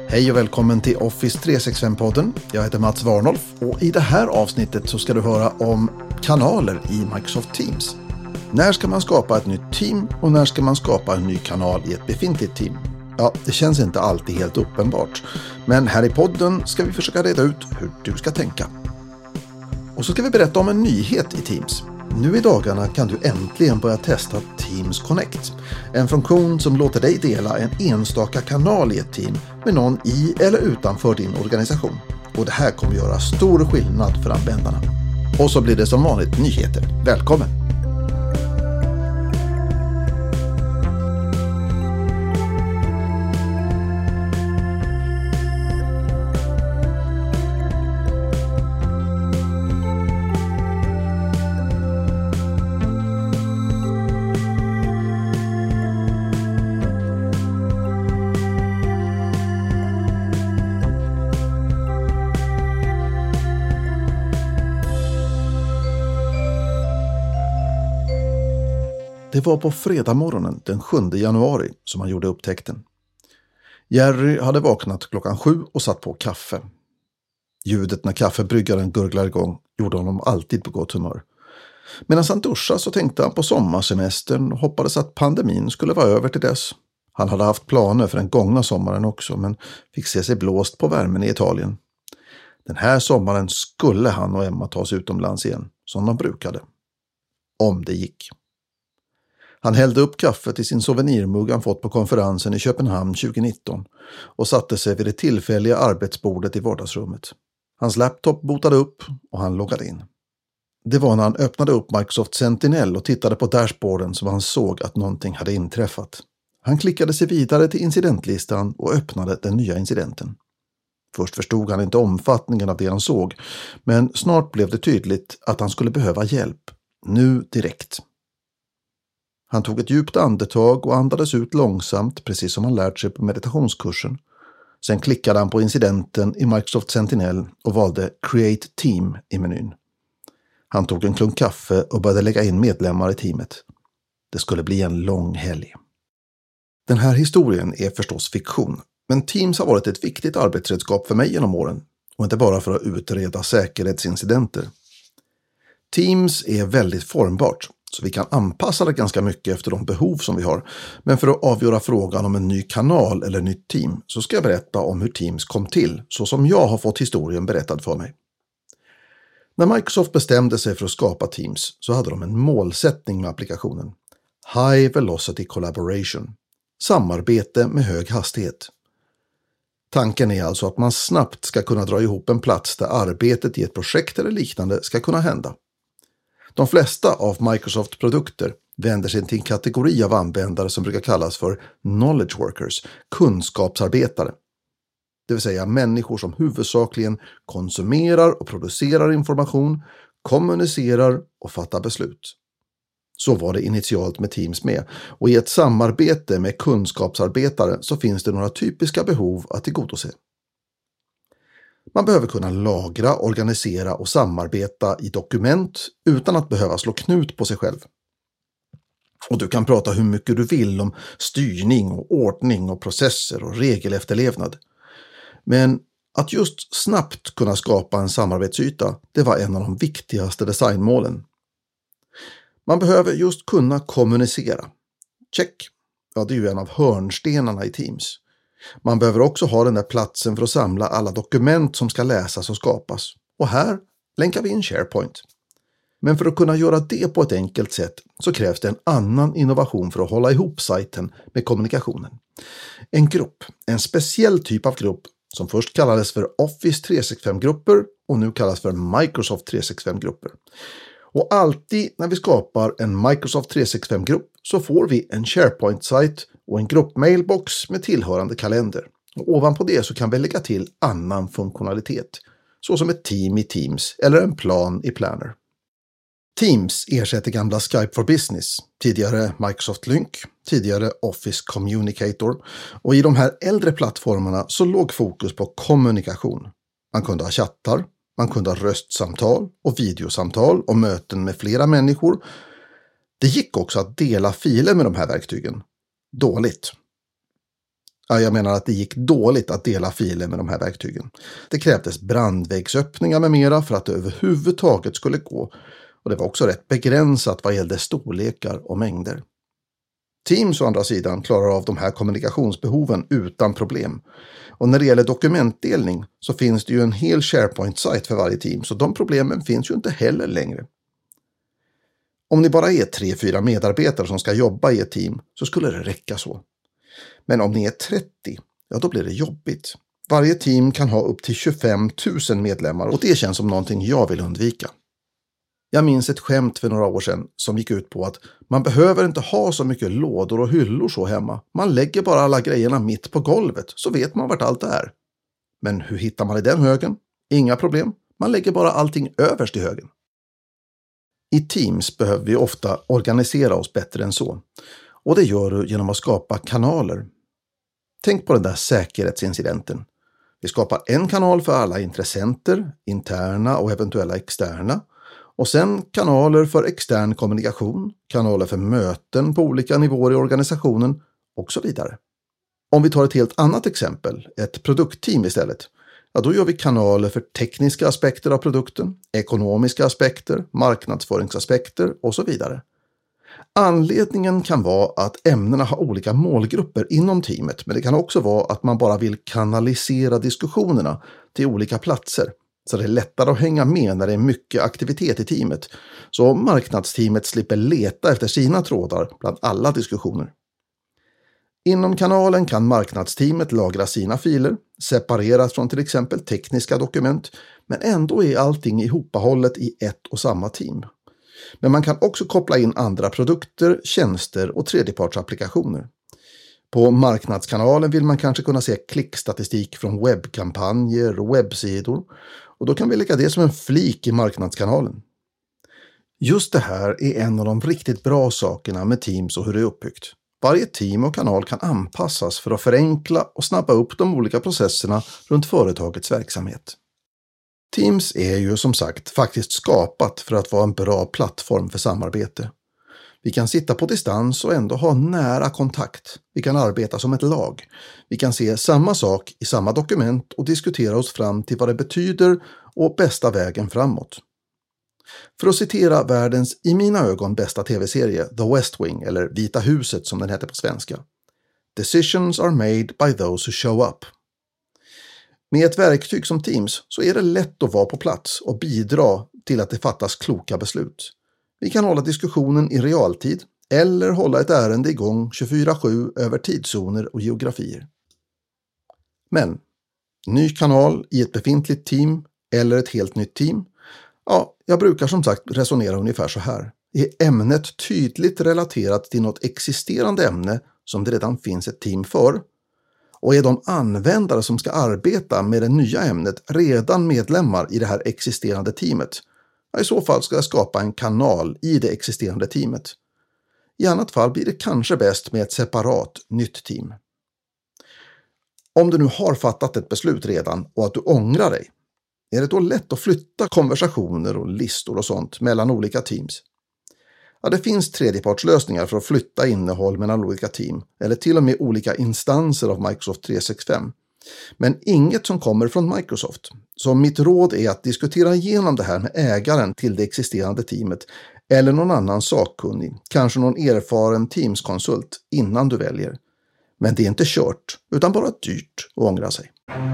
Hej och välkommen till Office 365-podden. Jag heter Mats Warnolf och i det här avsnittet så ska du höra om kanaler i Microsoft Teams. När ska man skapa ett nytt team och när ska man skapa en ny kanal i ett befintligt team? Ja, det känns inte alltid helt uppenbart. Men här i podden ska vi försöka reda ut hur du ska tänka. Och så ska vi berätta om en nyhet i Teams. Nu i dagarna kan du äntligen börja testa Teams Connect. En funktion som låter dig dela en enstaka kanal i ett team med någon i eller utanför din organisation. Och det här kommer göra stor skillnad för användarna. Och så blir det som vanligt nyheter. Välkommen! Det var på fredag morgonen den 7 januari som han gjorde upptäckten. Jerry hade vaknat klockan 7 och satt på kaffe. Ljudet när kaffebryggaren gurglar igång gjorde honom alltid på gott humör. Medan han duschade så tänkte han på sommarsemestern och hoppades att pandemin skulle vara över till dess. Han hade haft planer för den gångna sommaren också men fick se sig blåst på värmen i Italien. Den här sommaren skulle han och Emma ta sig utomlands igen, som de brukade. Om det gick. Han hällde upp kaffet i sin souvenirmugg han fått på konferensen i Köpenhamn 2019 och satte sig vid det tillfälliga arbetsbordet i vardagsrummet. Hans laptop botade upp och han loggade in. Det var när han öppnade upp Microsoft Sentinel och tittade på dashboarden som han såg att någonting hade inträffat. Han klickade sig vidare till incidentlistan och öppnade den nya incidenten. Först förstod han inte omfattningen av det han såg, men snart blev det tydligt att han skulle behöva hjälp. Nu direkt. Han tog ett djupt andetag och andades ut långsamt, precis som han lärt sig på meditationskursen. Sen klickade han på incidenten i Microsoft Sentinel och valde Create Team i menyn. Han tog en klunk kaffe och började lägga in medlemmar i teamet. Det skulle bli en lång helg. Den här historien är förstås fiktion, men Teams har varit ett viktigt arbetsredskap för mig genom åren. Och inte bara för att utreda säkerhetsincidenter. Teams är väldigt formbart. Så vi kan anpassa det ganska mycket efter de behov som vi har. Men för att avgöra frågan om en ny kanal eller nytt team så ska jag berätta om hur Teams kom till, så som jag har fått historien berättad för mig. När Microsoft bestämde sig för att skapa Teams så hade de en målsättning med applikationen. High Velocity Collaboration. Samarbete med hög hastighet. Tanken är alltså att man snabbt ska kunna dra ihop en plats där arbetet i ett projekt eller liknande ska kunna hända. De flesta av Microsoft produkter vänder sig till en kategori av användare som brukar kallas för knowledge workers, kunskapsarbetare. Det vill säga människor som huvudsakligen konsumerar och producerar information, kommunicerar och fattar beslut. Så var det initialt med Teams med, och i ett samarbete med kunskapsarbetare så finns det några typiska behov att tillgodose. Man behöver kunna lagra, organisera och samarbeta i dokument utan att behöva slå knut på sig själv. Och du kan prata hur mycket du vill om styrning och ordning och processer och regelefterlevnad. Men att just snabbt kunna skapa en samarbetsyta, det var en av de viktigaste designmålen. Man behöver just kunna kommunicera. Check. Ja, det är ju en av hörnstenarna i Teams. Man behöver också ha den där platsen för att samla alla dokument som ska läsas och skapas. Och här länkar vi in SharePoint. Men för att kunna göra det på ett enkelt sätt så krävs det en annan innovation för att hålla ihop sajten med kommunikationen. En grupp, en speciell typ av grupp som först kallades för Office 365-grupper och nu kallas för Microsoft 365-grupper. Och alltid när vi skapar en Microsoft 365-grupp så får vi en SharePoint-sajt och en gruppmailbox med tillhörande kalender. Och ovanpå det så kan vi lägga till annan funktionalitet, såsom ett team i Teams eller en plan i Planner. Teams ersätter gamla Skype for Business, tidigare Microsoft Lync, tidigare Office Communicator, och i de här äldre plattformarna så låg fokus på kommunikation. Man kunde ha chattar, man kunde ha röstsamtal och videosamtal och möten med flera människor. Det gick också att dela filer med de här verktygen. Dåligt. Ja, jag menar att det gick dåligt att dela filer med de här verktygen. Det krävdes brandvägsöppningar med mera för att det överhuvudtaget skulle gå. Och det var också rätt begränsat vad gällde storlekar och mängder. Teams å andra sidan klarar av de här kommunikationsbehoven utan problem. Och när det gäller dokumentdelning så finns det ju en hel SharePoint-sajt för varje team, så de problemen finns ju inte heller längre. Om ni bara är 3-4 medarbetare som ska jobba i ett team så skulle det räcka så. Men om ni är 30, ja då blir det jobbigt. Varje team kan ha upp till 25 000 medlemmar och det känns som någonting jag vill undvika. Jag minns ett skämt för några år sedan som gick ut på att man behöver inte ha så mycket lådor och hyllor så hemma. Man lägger bara alla grejerna mitt på golvet så vet man vart allt är. Men hur hittar man i den högen? Inga problem. Man lägger bara allting överst i högen. I Teams behöver vi ofta organisera oss bättre än så. Och det gör du genom att skapa kanaler. Tänk på den där säkerhetsincidenten. Vi skapar en kanal för alla intressenter, interna och eventuella externa. Och sen kanaler för extern kommunikation, kanaler för möten på olika nivåer i organisationen och så vidare. Om vi tar ett helt annat exempel, ett produktteam istället, ja då gör vi kanaler för tekniska aspekter av produkten, ekonomiska aspekter, marknadsföringsaspekter och så vidare. Anledningen kan vara att ämnena har olika målgrupper inom teamet, men det kan också vara att man bara vill kanalisera diskussionerna till olika platser. Så det är lättare att hänga med när det är mycket aktivitet i teamet. Så marknadsteamet slipper leta efter sina trådar bland alla diskussioner. Inom kanalen kan marknadsteamet lagra sina filer, separerat från till exempel tekniska dokument, men ändå är allting ihopahållet i ett och samma team. Men man kan också koppla in andra produkter, tjänster och tredjepartsapplikationer. På marknadskanalen vill man kanske kunna se klickstatistik från webbkampanjer och webbsidor. Och då kan vi lägga det som en flik i marknadskanalen. Just det här är en av de riktigt bra sakerna med Teams och hur det är uppbyggt. Varje team och kanal kan anpassas för att förenkla och snabba upp de olika processerna runt företagets verksamhet. Teams är ju som sagt faktiskt skapat för att vara en bra plattform för samarbete. Vi kan sitta på distans och ändå ha nära kontakt. Vi kan arbeta som ett lag. Vi kan se samma sak i samma dokument och diskutera oss fram till vad det betyder och bästa vägen framåt. För att citera världens i mina ögon bästa tv-serie The West Wing, eller Vita huset som den heter på svenska. Decisions are made by those who show up. Med ett verktyg som Teams så är det lätt att vara på plats och bidra till att det fattas kloka beslut. Vi kan hålla diskussionen i realtid eller hålla ett ärende igång 24/7 över tidszoner och geografier. Men, ny kanal i ett befintligt team eller ett helt nytt team? Ja, jag brukar som sagt resonera ungefär så här. Är ämnet tydligt relaterat till något existerande ämne som det redan finns ett team för? Och är de användare som ska arbeta med det nya ämnet redan medlemmar i det här existerande teamet? I så fall ska jag skapa en kanal i det existerande teamet. I annat fall blir det kanske bäst med ett separat nytt team. Om du nu har fattat ett beslut redan och att du ångrar dig, är det då lätt att flytta konversationer och listor och sånt mellan olika teams? Ja, det finns tredjepartslösningar för att flytta innehåll mellan olika team eller till och med olika instanser av Microsoft 365. Men inget som kommer från Microsoft. Så mitt råd är att diskutera igenom det här med ägaren till det existerande teamet eller någon annan sakkunnig, kanske någon erfaren Teams-konsult innan du väljer. Men det är inte kört, utan bara dyrt att ångra sig.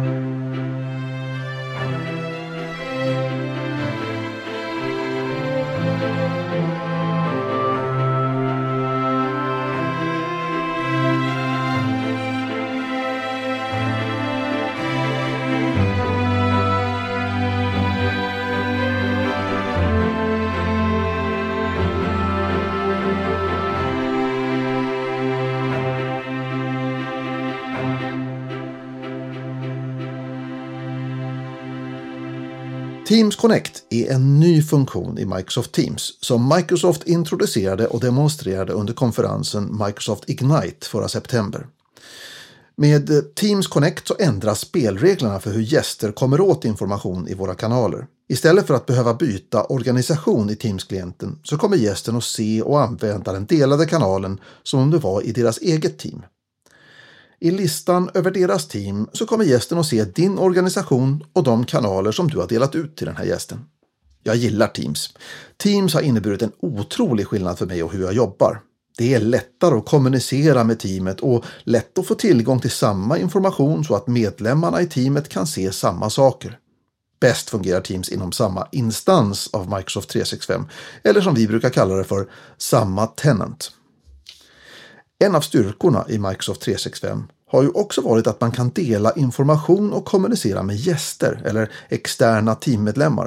Teams Connect är en ny funktion i Microsoft Teams som Microsoft introducerade och demonstrerade under konferensen Microsoft Ignite förra september. Med Teams Connect så ändras spelreglerna för hur gäster kommer åt information i våra kanaler. Istället för att behöva byta organisation i Teams-klienten så kommer gästen att se och använda den delade kanalen som om det var i deras eget team. I listan över deras team så kommer gästen att se din organisation och de kanaler som du har delat ut till den här gästen. Jag gillar Teams. Teams har inneburit en otrolig skillnad för mig och hur jag jobbar. Det är lättare att kommunicera med teamet och lätt att få tillgång till samma information så att medlemmarna i teamet kan se samma saker. Bäst fungerar Teams inom samma instans av Microsoft 365, eller som vi brukar kalla det för, samma tenant. En av styrkorna i Microsoft 365 har ju också varit att man kan dela information och kommunicera med gäster eller externa teammedlemmar.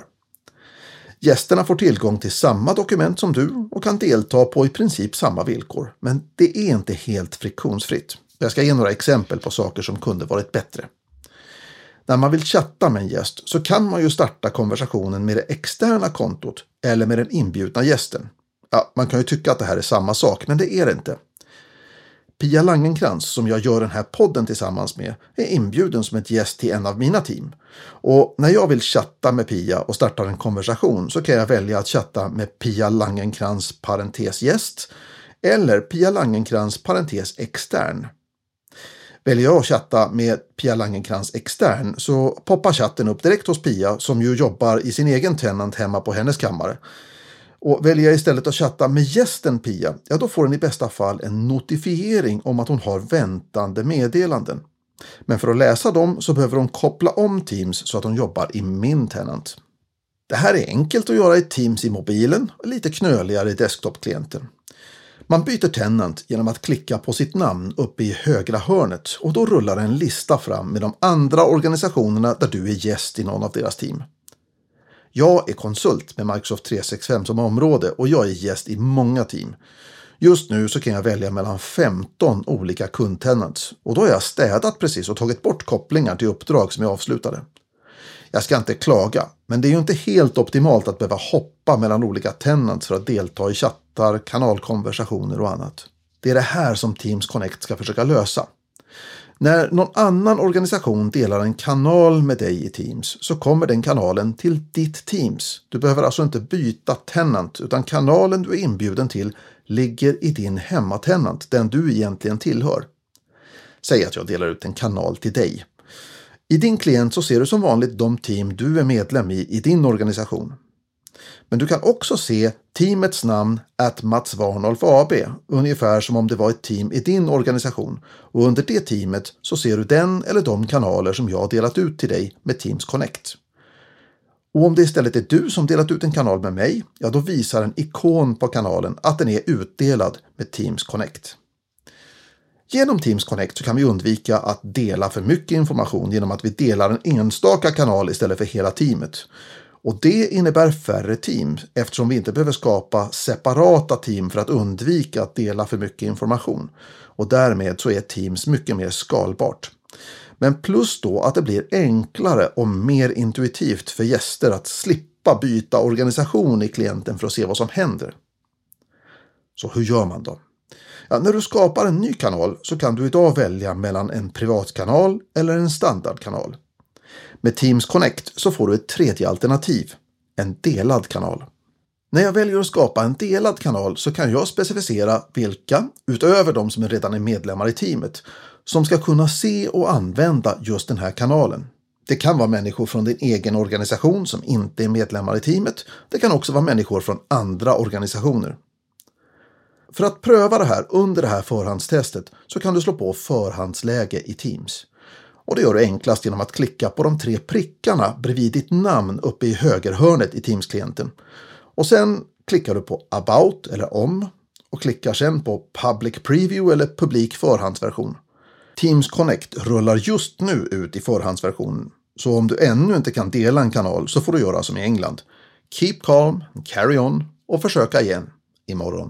Gästerna får tillgång till samma dokument som du och kan delta på i princip samma villkor, men det är inte helt friktionsfritt. Jag ska ge några exempel på saker som kunde varit bättre. När man vill chatta med en gäst så kan man ju starta konversationen med det externa kontot eller med den inbjudna gästen. Ja, man kan ju tycka att det här är samma sak, men det är det inte. Pia Langenkrans, som jag gör den här podden tillsammans med, är inbjuden som ett gäst till en av mina team. Och när jag vill chatta med Pia och starta en konversation så kan jag välja att chatta med Pia Langenkrans parentesgäst eller Pia Langenkrans parentes extern. Väljer jag att chatta med Pia Langenkrans extern så poppar chatten upp direkt hos Pia, som ju jobbar i sin egen tenant hemma på hennes kammare. Och väljer jag istället att chatta med gästen Pia, ja då får den i bästa fall en notifiering om att hon har väntande meddelanden. Men för att läsa dem så behöver hon koppla om Teams så att hon jobbar i min tenant. Det här är enkelt att göra i Teams i mobilen och lite knöligare i desktop-klienten. Man byter tenant genom att klicka på sitt namn uppe i högra hörnet och då rullar en lista fram med de andra organisationerna där du är gäst i någon av deras team. Jag är konsult med Microsoft 365 som område och jag är gäst i många team. Just nu så kan jag välja mellan 15 olika kundtenants och då har jag städat precis och tagit bort kopplingar till uppdrag som är avslutade. Jag ska inte klaga, men det är ju inte helt optimalt att behöva hoppa mellan olika tenants för att delta i chattar, kanalkonversationer och annat. Det är det här som Teams Connect ska försöka lösa. När någon annan organisation delar en kanal med dig i Teams så kommer den kanalen till ditt Teams. Du behöver alltså inte byta tenant, utan kanalen du är inbjuden till ligger i din hemmatenant, den du egentligen tillhör. Säg att jag delar ut en kanal till dig. I din klient så ser du som vanligt de team du är medlem i din organisation. Men du kan också se teamets namn @Mats AB, ungefär som om det var ett team i din organisation. Och under det teamet så ser du den eller de kanaler som jag har delat ut till dig med Teams Connect. Och om det istället är du som delat ut en kanal med mig, ja då visar en ikon på kanalen att den är utdelad med Teams Connect. Genom Teams Connect så kan vi undvika att dela för mycket information genom att vi delar en enstaka kanal istället för hela teamet. Och det innebär färre team eftersom vi inte behöver skapa separata team för att undvika att dela för mycket information. Och därmed så är Teams mycket mer skalbart. Men plus då att det blir enklare och mer intuitivt för gäster att slippa byta organisation i klienten för att se vad som händer. Så hur gör man då? Ja, när du skapar en ny kanal så kan du idag välja mellan en privatkanal eller en standardkanal. Med Teams Connect så får du ett tredje alternativ, en delad kanal. När jag väljer att skapa en delad kanal så kan jag specificera vilka, utöver de som redan är medlemmar i teamet, som ska kunna se och använda just den här kanalen. Det kan vara människor från din egen organisation som inte är medlemmar i teamet. Det kan också vara människor från andra organisationer. För att pröva det här under det här förhandstestet så kan du slå på förhandsläge i Teams. Och det gör du enklast genom att klicka på de 3 prickarna bredvid ditt namn uppe i högerhörnet i Teams-klienten. Och sen klickar du på About eller Om och klickar sen på Public Preview eller Publik förhandsversion. Teams Connect rullar just nu ut i förhandsversionen. Så om du ännu inte kan dela en kanal så får du göra som i England. Keep calm, carry on och försöka igen imorgon.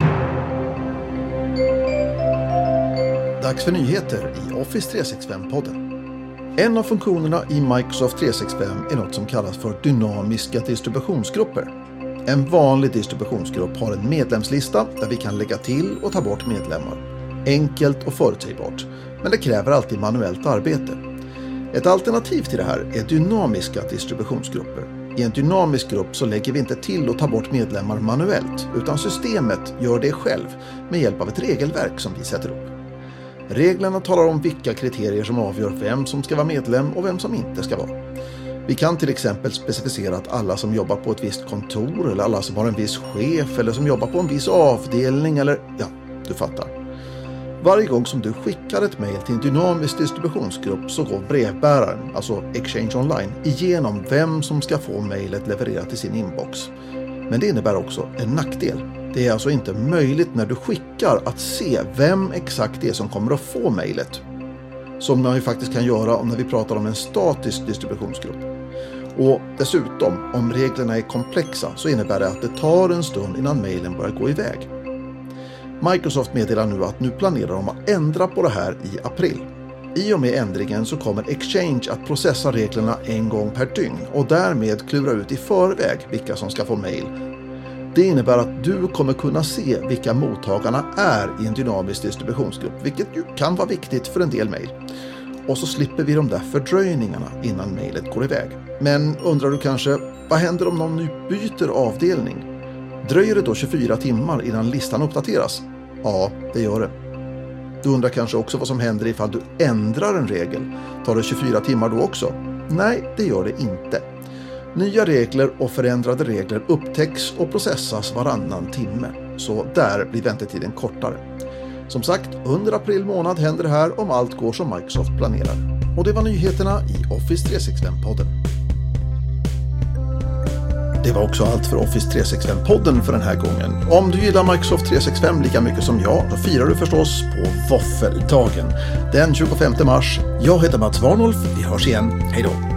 Dags för nyheter i Office 365-podden. En av funktionerna i Microsoft 365 är något som kallas för dynamiska distributionsgrupper. En vanlig distributionsgrupp har en medlemslista där vi kan lägga till och ta bort medlemmar. Enkelt och förutsägbart, men det kräver alltid manuellt arbete. Ett alternativ till det här är dynamiska distributionsgrupper. I en dynamisk grupp så lägger vi inte till och tar bort medlemmar manuellt, utan systemet gör det själv med hjälp av ett regelverk som vi sätter upp. Reglerna talar om vilka kriterier som avgör vem som ska vara medlem och vem som inte ska vara. Vi kan till exempel specificera att alla som jobbar på ett visst kontor eller alla som har en viss chef eller som jobbar på en viss avdelning eller ja, du fattar. Varje gång som du skickar ett mejl till en dynamisk distributionsgrupp så går brevbäraren, alltså Exchange Online, igenom vem som ska få mejlet levererat till sin inbox. Men det innebär också en nackdel. Det är alltså inte möjligt när du skickar att se vem exakt det är som kommer att få mejlet. Som man ju faktiskt kan göra när vi pratar om en statisk distributionsgrupp. Och dessutom, om reglerna är komplexa så innebär det att det tar en stund innan mejlen börjar gå iväg. Microsoft meddelar nu att nu planerar de att ändra på det här i april. I och med ändringen så kommer Exchange att processa reglerna en gång per dygn och därmed klura ut i förväg vilka som ska få mejl. Det innebär att du kommer kunna se vilka mottagarna är i en dynamisk distributionsgrupp, vilket ju kan vara viktigt för en del mejl. Och så slipper vi de där fördröjningarna innan mejlet går iväg. Men undrar du kanske, vad händer om någon nu byter avdelning? Dröjer det då 24 timmar innan listan uppdateras? Ja, det gör det. Du undrar kanske också vad som händer ifall du ändrar en regel. Tar det 24 timmar då också? Nej, det gör det inte. Nya regler och förändrade regler upptäcks och processas varannan timme. Så där blir väntetiden kortare. Som sagt, under april månad händer det här om allt går som Microsoft planerar. Och det var nyheterna i Office 365-podden. Det var också allt för Office 365-podden för den här gången. Om du gillar Microsoft 365 lika mycket som jag, då firar du förstås på Våffeldagen den 25 mars. Jag heter Mats Warnolf, vi hörs igen. Hej då!